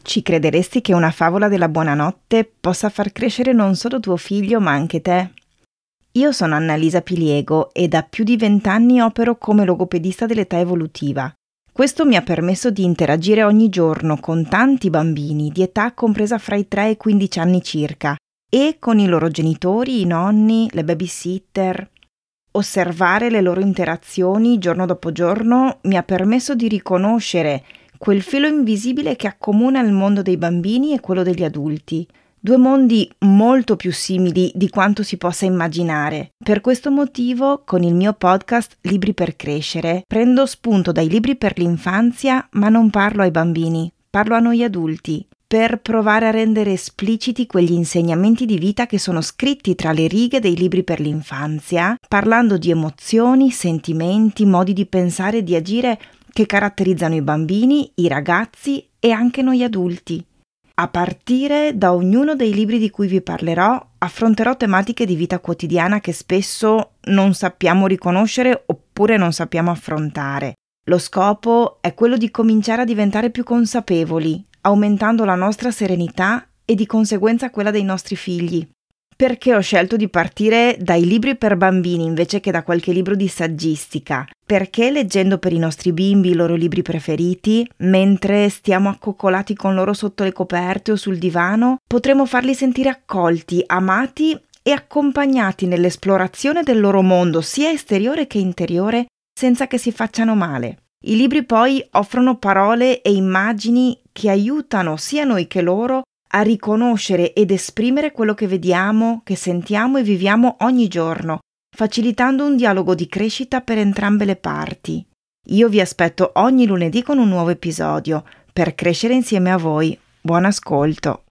Ci crederesti che una favola della buonanotte possa far crescere non solo tuo figlio ma anche te? Io sono Annalisa Piliego e da più di 20 anni opero come logopedista dell'età evolutiva. Questo mi ha permesso di interagire ogni giorno con tanti bambini di età compresa fra i 3 e i 15 anni circa e con i loro genitori, i nonni, le babysitter. Osservare le loro interazioni giorno dopo giorno mi ha permesso di riconoscere quel filo invisibile che accomuna il mondo dei bambini e quello degli adulti. Due mondi molto più simili di quanto si possa immaginare. Per questo motivo, con il mio podcast Libri per crescere, prendo spunto dai libri per l'infanzia, ma non parlo ai bambini, parlo a noi adulti, per provare a rendere espliciti quegli insegnamenti di vita che sono scritti tra le righe dei libri per l'infanzia, parlando di emozioni, sentimenti, modi di pensare e di agire che caratterizzano i bambini, i ragazzi e anche noi adulti. A partire da ognuno dei libri di cui vi parlerò, affronterò tematiche di vita quotidiana che spesso non sappiamo riconoscere oppure non sappiamo affrontare. Lo scopo è quello di cominciare a diventare più consapevoli, aumentando la nostra serenità e di conseguenza quella dei nostri figli. Perché ho scelto di partire dai libri per bambini invece che da qualche libro di saggistica? Perché leggendo per i nostri bimbi i loro libri preferiti, mentre stiamo accoccolati con loro sotto le coperte o sul divano, potremo farli sentire accolti, amati e accompagnati nell'esplorazione del loro mondo, sia esteriore che interiore, senza che si facciano male. I libri poi offrono parole e immagini che aiutano sia noi che loro a riconoscere ed esprimere quello che vediamo, che sentiamo e viviamo ogni giorno, facilitando un dialogo di crescita per entrambe le parti. Io vi aspetto ogni lunedì con un nuovo episodio, per crescere insieme a voi. Buon ascolto!